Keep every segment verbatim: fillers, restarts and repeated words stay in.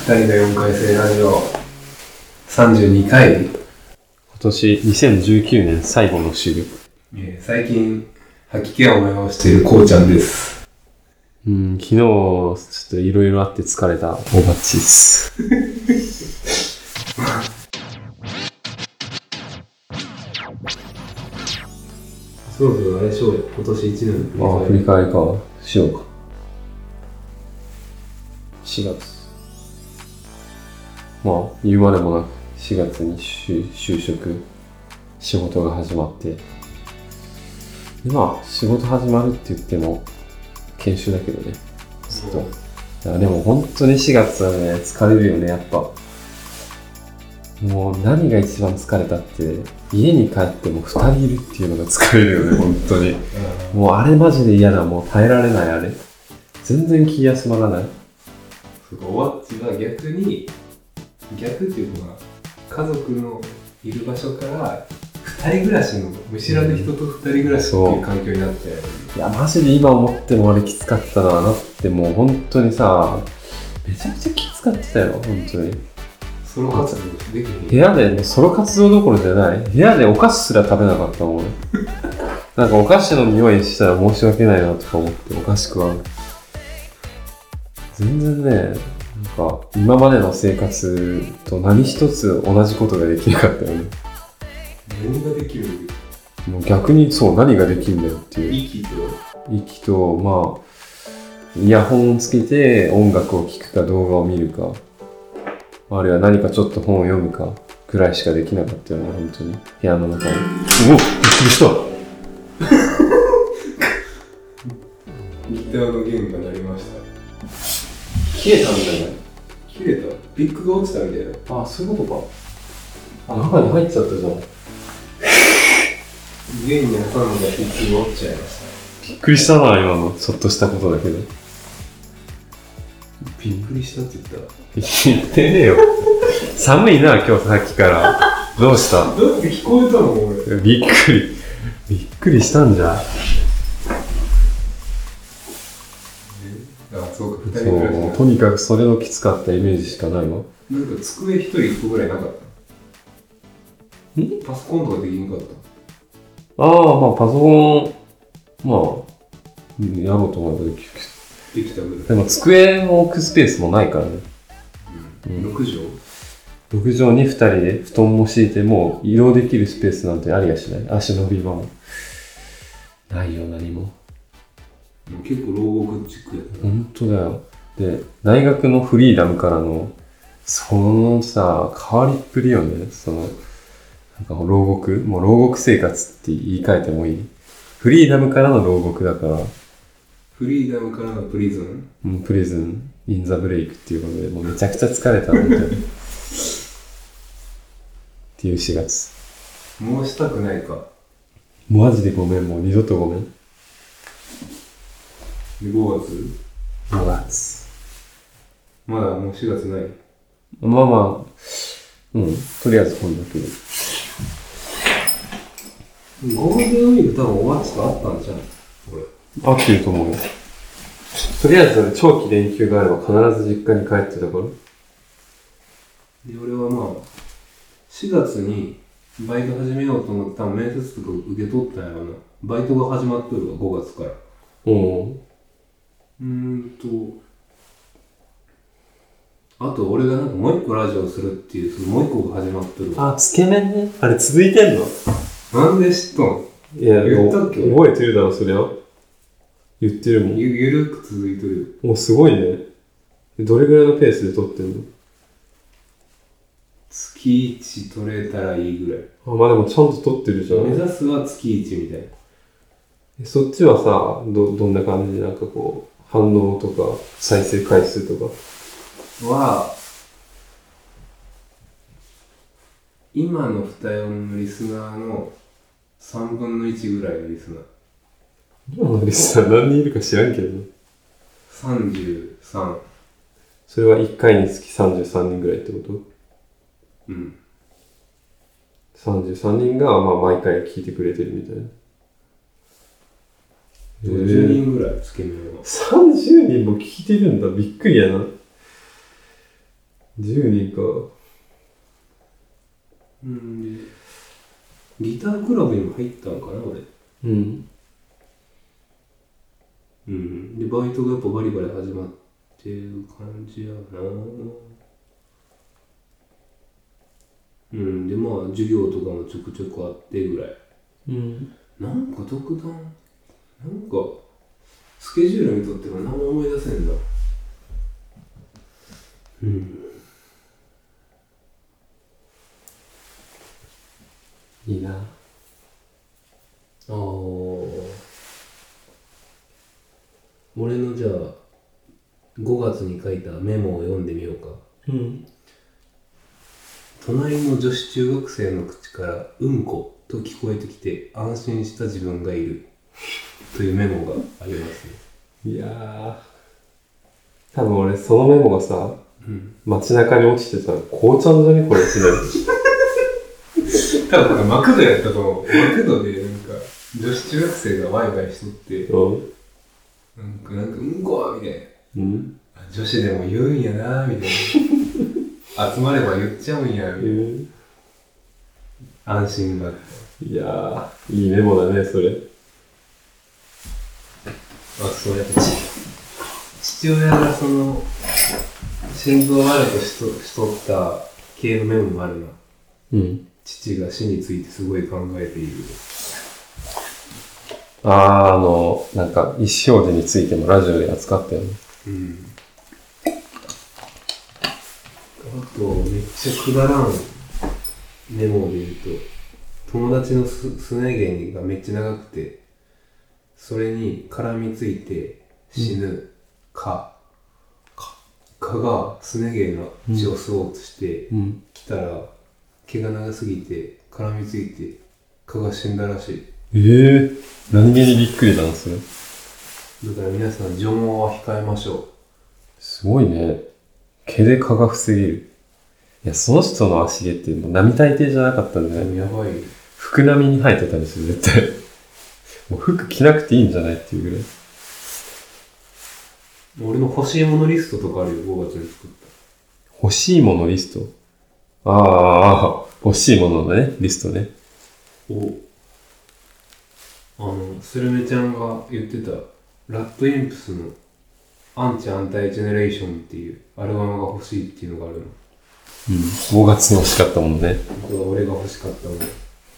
ふたりのよんかい生ラジオさんじゅうにかい、 今年にせんじゅうきゅうねん最後の収録。 えー、最近吐き気を催しているこうちゃんです。 うん、昨日ちょっといろいろあって疲れたおばっちです。 そろそろあれしようよ、今年いちねんのああ、振り返りか。しようか。しがつ。まあ、言うまでもなくしがつに就就職、仕事が始まって。でまあ、仕事始まるって言っても、研修だけどね。ずっと。いやでも本当にしがつはね、疲れるよね、やっぱ。もう何が一番疲れたって、家に帰ってもふたりいるっていうのが疲れるよね、本当に。もうあれマジで嫌だ、もう耐えられないあれ。全然気休まらない。 そうか、おわっちは逆に、逆っていうのは、家族のいる場所からふたり暮らしの、見知らぬ人とふたり暮らしっていう環境になって、 いや、マジで今思ってもあれきつかったな。だってもう本当にさ、めちゃくちゃきつかってたよ、本当に。 ソロ活動できる。 部屋で、ソロ活動どころじゃない。部屋でお菓子すら食べなかったもん。なんかお菓子の匂いしたら申し訳ないなとか思ってお菓子食わん。全然ね、なんか今までの生活と何一つ同じことができなかったよね。 何ができるんだよ。 もう逆にそう、何ができるんだよっていう。 息と息と、まあ、イヤホンをつけて音楽を聴くか動画を見るか、あるいは何かちょっと本を読むかくらいしかできなかったよね、本当に。部屋の中に。おっ、びっくりした。 ギターの弦が鳴りました。 消えたんじゃない？ 切れた？ピックが落ちたみたいな。 ああ、そういうことか。あ、中に入っちゃったじゃん。 弦に挟んだピックが落ちちゃいました。 びっくりしたな、今の。ちょっとしたことだけど。 びっくりしたって言ったら。 言ってねえよ。寒いな、今日さっきから。どうした？ だって聞こえたの俺。 びっくり。びっくりしたんじゃ。 あ、そうか、二人暮らしそう、とにかくそれのきつかったイメージしかないわ。 なんか机一人一個ぐらいなかった？ん？パソコンとかできなかった？ ああ、まあパソコン、まあ、やろうと思えばできるできたぐらい。 でも机を置くスペースもないからね。 うん。ろくじょう？ ろくじょうにふたりで布団も敷いてもう移動できるスペースなんてありやしない。足のび場も。ないよ、何も。 結構牢獄チックやった。 ほんとだよ。で、大学のフリーダムからの、そのさ、変わりっぷりよね。その、なんか牢獄もう牢獄生活って言い換えてもいい。フリーダムからの牢獄だから。 フリーダムからのプリズン？ うん、プリズン、インザブレイクっていうことで、もうめちゃくちゃ疲れた、本当に。っていうしがつ。 もうしたくないか。 マジでごめん、もう二度とごめん。 で、ごがつ？ ごがつ。 まだもうしがつない？ まあまあ、うん、とりあえず本だけど。 ゴールデンウィーク多分終わってたあったんじゃん、これ。 合ってると思うよ。とりあえず長期連休があれば必ず実家に帰ってたから。 で、俺はまあ、しがつにバイト始めようと思って多分面接とか受け取ったんやろな。バイトが始まっとるわ、ごがつから。 うん。 うーんと、あと俺がなんかもう一個ラジオするっていう、そのもう一個が始まっとるわ。 あ、つけ麺ね。あれ続いてんの？ なんで知っとん？ いや、 言ったっけ？ 覚えてるだろ、そりゃ。言ってるもん。 ゆ、ゆるく続いとるよ。 もうすごいね。どれぐらいのペースで撮ってんの？ 月いち取れたらいいぐらい。 あ、まあでもちゃんと撮ってるじゃん。 目指すは月いちみたいな。 そっちはさ、ど、どんな感じでなんかこう、反応とか、再生回数とか。 は、今の二重のリスナーのさんぶんのいちぐらいのリスナー。 今のリスナー何人いるか知らんけどね。 さんじゅうさん。 それはいっかいにつきさんじゅうさんにんぐらいってこと？ うん。 さんじゅうさんにんがまあ毎回聞いてくれてるみたいな。 ごじゅうにんぐらいつけ麺は。 さんじゅうにんも聞いてるんだ。びっくりやな。 じゅうにか。 うんでギタークラブにも入ったんかな俺。 うんうんでバイトがやっぱバリバリ始まってる感じやな。うんでまあ授業とかもちょくちょくあってぐらい。 うんなんか特段なんかスケジュール見とっても何も思い出せんだ。うんいいな。 ああ俺のじゃあごがつに書いたメモを読んでみようか。 うん隣の女子中学生の口からうんこと聞こえてきて安心した自分がいるというメモがありますね。 いやー多分俺そのメモがさ、 うん、 街中に落ちてたらこうちゃんじゃねこれってなる。 多分なんかマクドやったと思う。マクドでなんか女子中学生がワイワイしとってうんなんかなんかうんこみたいな、 うん、 女子でも言うんやなみたいな集まれば言っちゃうんやみたいな、うん、安心があった。 いやーいいメモだねそれ。 あそうやっぱち父親がその心臓悪くし と, しとった系のメモもあるな。 うん父が死についてすごい考えている。 あーあのなんか意思表示についてもラジオで扱ったよね。 うんあとめっちゃくだらんメモで言うと友達の す, すね毛がめっちゃ長くてそれに絡みついて死ぬ、うん、か蚊がすね毛の血を吸おうとして来たら、毛が長すぎて絡みついて蚊が死んだらしい。 えー、何気にびっくりだなそれ。 だから皆さん除毛は控えましょう。 すごいね。毛で蚊が防げる。いやその人の足毛ってもう並大抵じゃなかったんだよね。 やばい。 服並みに生えてたりする絶対。もう服着なくていいんじゃないっていうぐらい。 俺の欲しいものリストとかあるよ。ごがつに作った欲しいものリスト。ああ欲しいもののねリストね。 おあのスルメちゃんが言ってたラッドインプスのアンチアンタイジェネレーションっていうアルバムが欲しいっていうのがあるの。 うん、ごがつに欲しかったものね。 これは俺が欲しかったもの。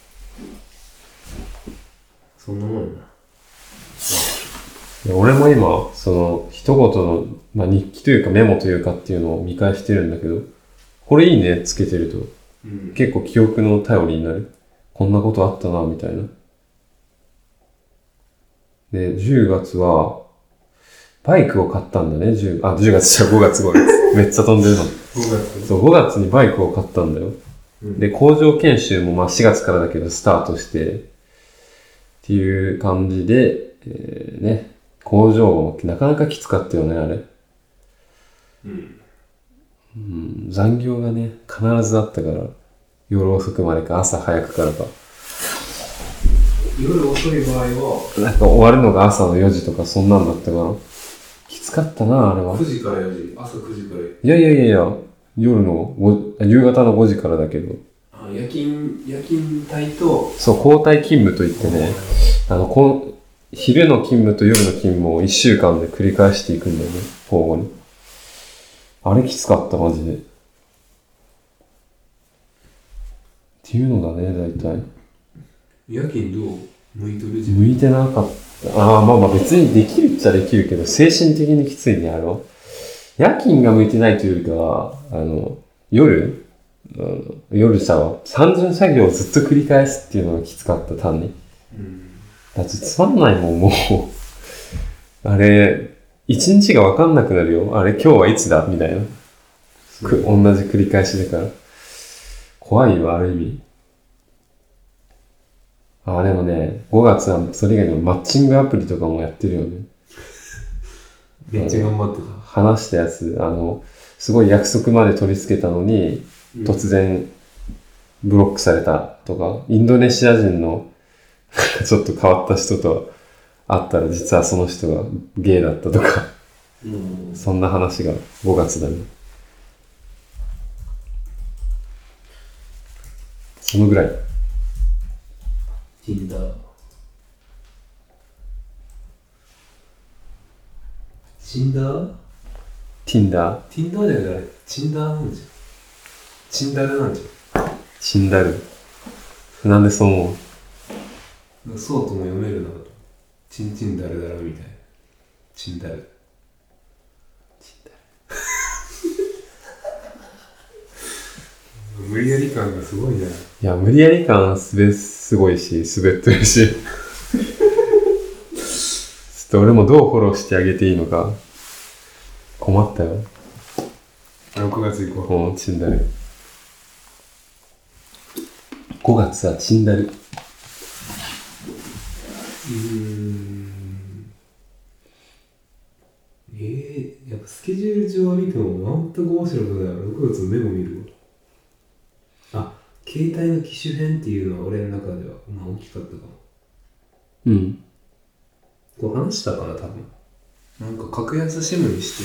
そんなもんやな。 いや俺も今その一言の、まあ、日記というかメモというかっていうのを見返してるんだけど、これいいねつけてると、うん、結構記憶の頼りになる。こんなことあったなみたいな。でじゅうがつはバイクを買ったんだね。10あじゅうがつじゃごがつごがつめっちゃ飛んでるの。ごがつそうごがつにバイクを買ったんだよ。うん、で工場研修もまあしがつからだけどスタートしてっていう感じで、えー、ね工場もなかなかきつかったよねあれ。うん、うん、残業がね必ずあったから夜遅くまでか朝早くからか。 夜遅い場合はなんか終わるのが朝のよじとかそんなんだったからきつかったなあれは。 くじからよじ朝くじから。 いやいやいやいや夜の夕方のごじからだけど。 あ夜勤夜勤帯とそう交代勤務といってね、あのこ昼の勤務と夜の勤務をいっしゅうかんで繰り返していくんだよね交互に。あれきつかったマジで。っていうのだね大体。 夜勤どう向いてる？ 向いてなかった。ああまあまあ別にできるっちゃできるけど精神的にきついねあれは。夜勤が向いてないというよりかはあの夜、うん、夜さ単純作業をずっと繰り返すっていうのがきつかった単に。うん、だってつまんないもんもうあれ一日が分かんなくなるよ。あれ今日はいつだみたいな。く同じ繰り返しだから怖いよある意味。あでもねごがつはそれ以外にもマッチングアプリとかもやってるよね。 めっちゃ頑張ってた。 話したやつあのすごい約束まで取り付けたのに、うん、突然ブロックされたとか、インドネシア人のちょっと変わった人と会ったら実はその人がゲイだったとか、うん、そんな話がごがつだね。 どのぐらい？ Tinder。チンダー Tinder？ Tinder じゃないあれ。チンダーなんじゃん。チンダルなんじチンダル。なんでそう思ゃん。そうとも読めるな。チンチンダルだらみたいな。チンダル。チンダル。無理やり感がすごいな。 いや、無理やり感すべすごいし、滑ってるし。ちょっと俺もどうフォローしてあげていいのか困ったよ。 ろくがつ以降。 もうチンダル。ごがつはチンダル。 うーん。えー、やっぱスケジュール上は見ても全く面白くない。ろくがつのメモ見るわ。あ、携帯の機種変っていうのは俺の中ではまあ大きかったかも。 うん。 こう話したかな、多分。なんか格安シムにして、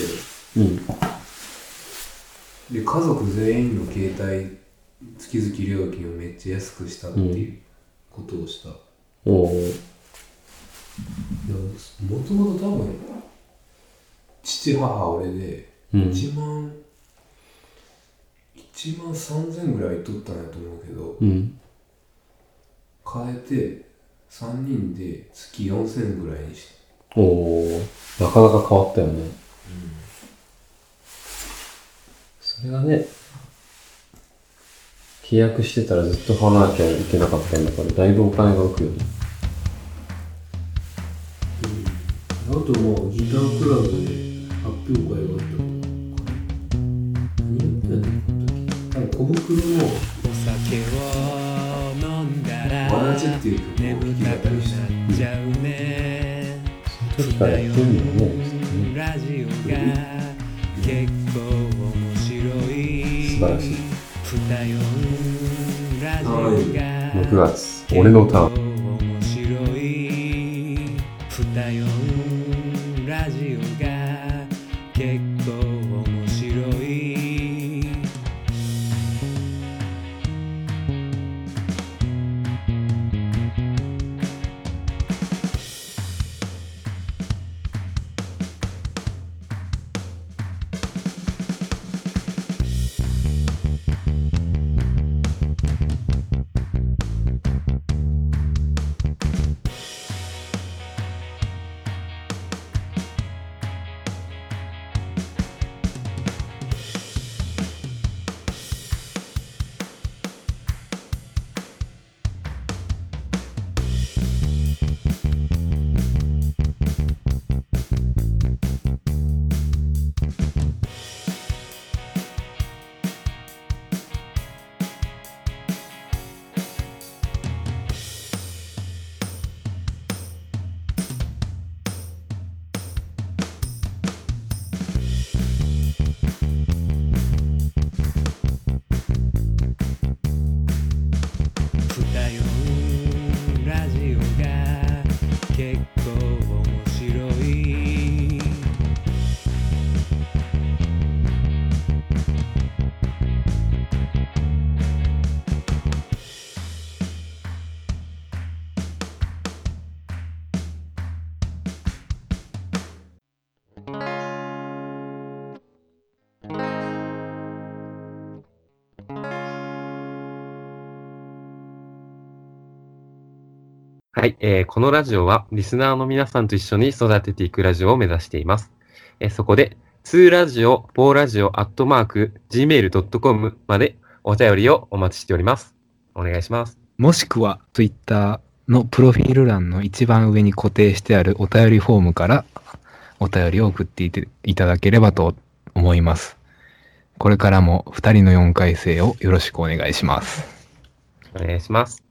うん。 で、家族全員の携帯月々料金をめっちゃ安くしたっていうことをした。 おお。 いや、もともと多分、父母俺でうん。 いちまん、いちまんさんぜんぐらい取ったんやと思うけど、 うん。 変えてさんにんで月よんせんぐらいにした。 おお。なかなか変わったよね。それがね、契約してたらずっと払わなきゃいけなかったんだから、だいぶお金が浮くよね。 あともうギタークラブで発表会があったとか、何やってたのこの時。多分小袋のお酒を飲んだらわらじっていう曲を弾き語りした。 ちゃうねその時からやってるんだよね。 ラジオが結構面白い素晴らしい。 ふたよんラジオがろくがつ、俺のターン。 面白いふたよんラジオが結構面白いふたよんラジオが結構面白いはい、えーこのラジオはリスナーの皆さんと一緒に育てていくラジオを目指しています。えーそこで、ツーラジオ、フォーラジオ、アットマーク、ジーメールドットコム までお便りをお待ちしております。お願いします。 もしくは Twitter のプロフィール欄の一番上に固定してあるお便りフォームからお便りを送っていていただければと思います。これからもふたりのよんかい生をよろしくお願いします。 お願いします。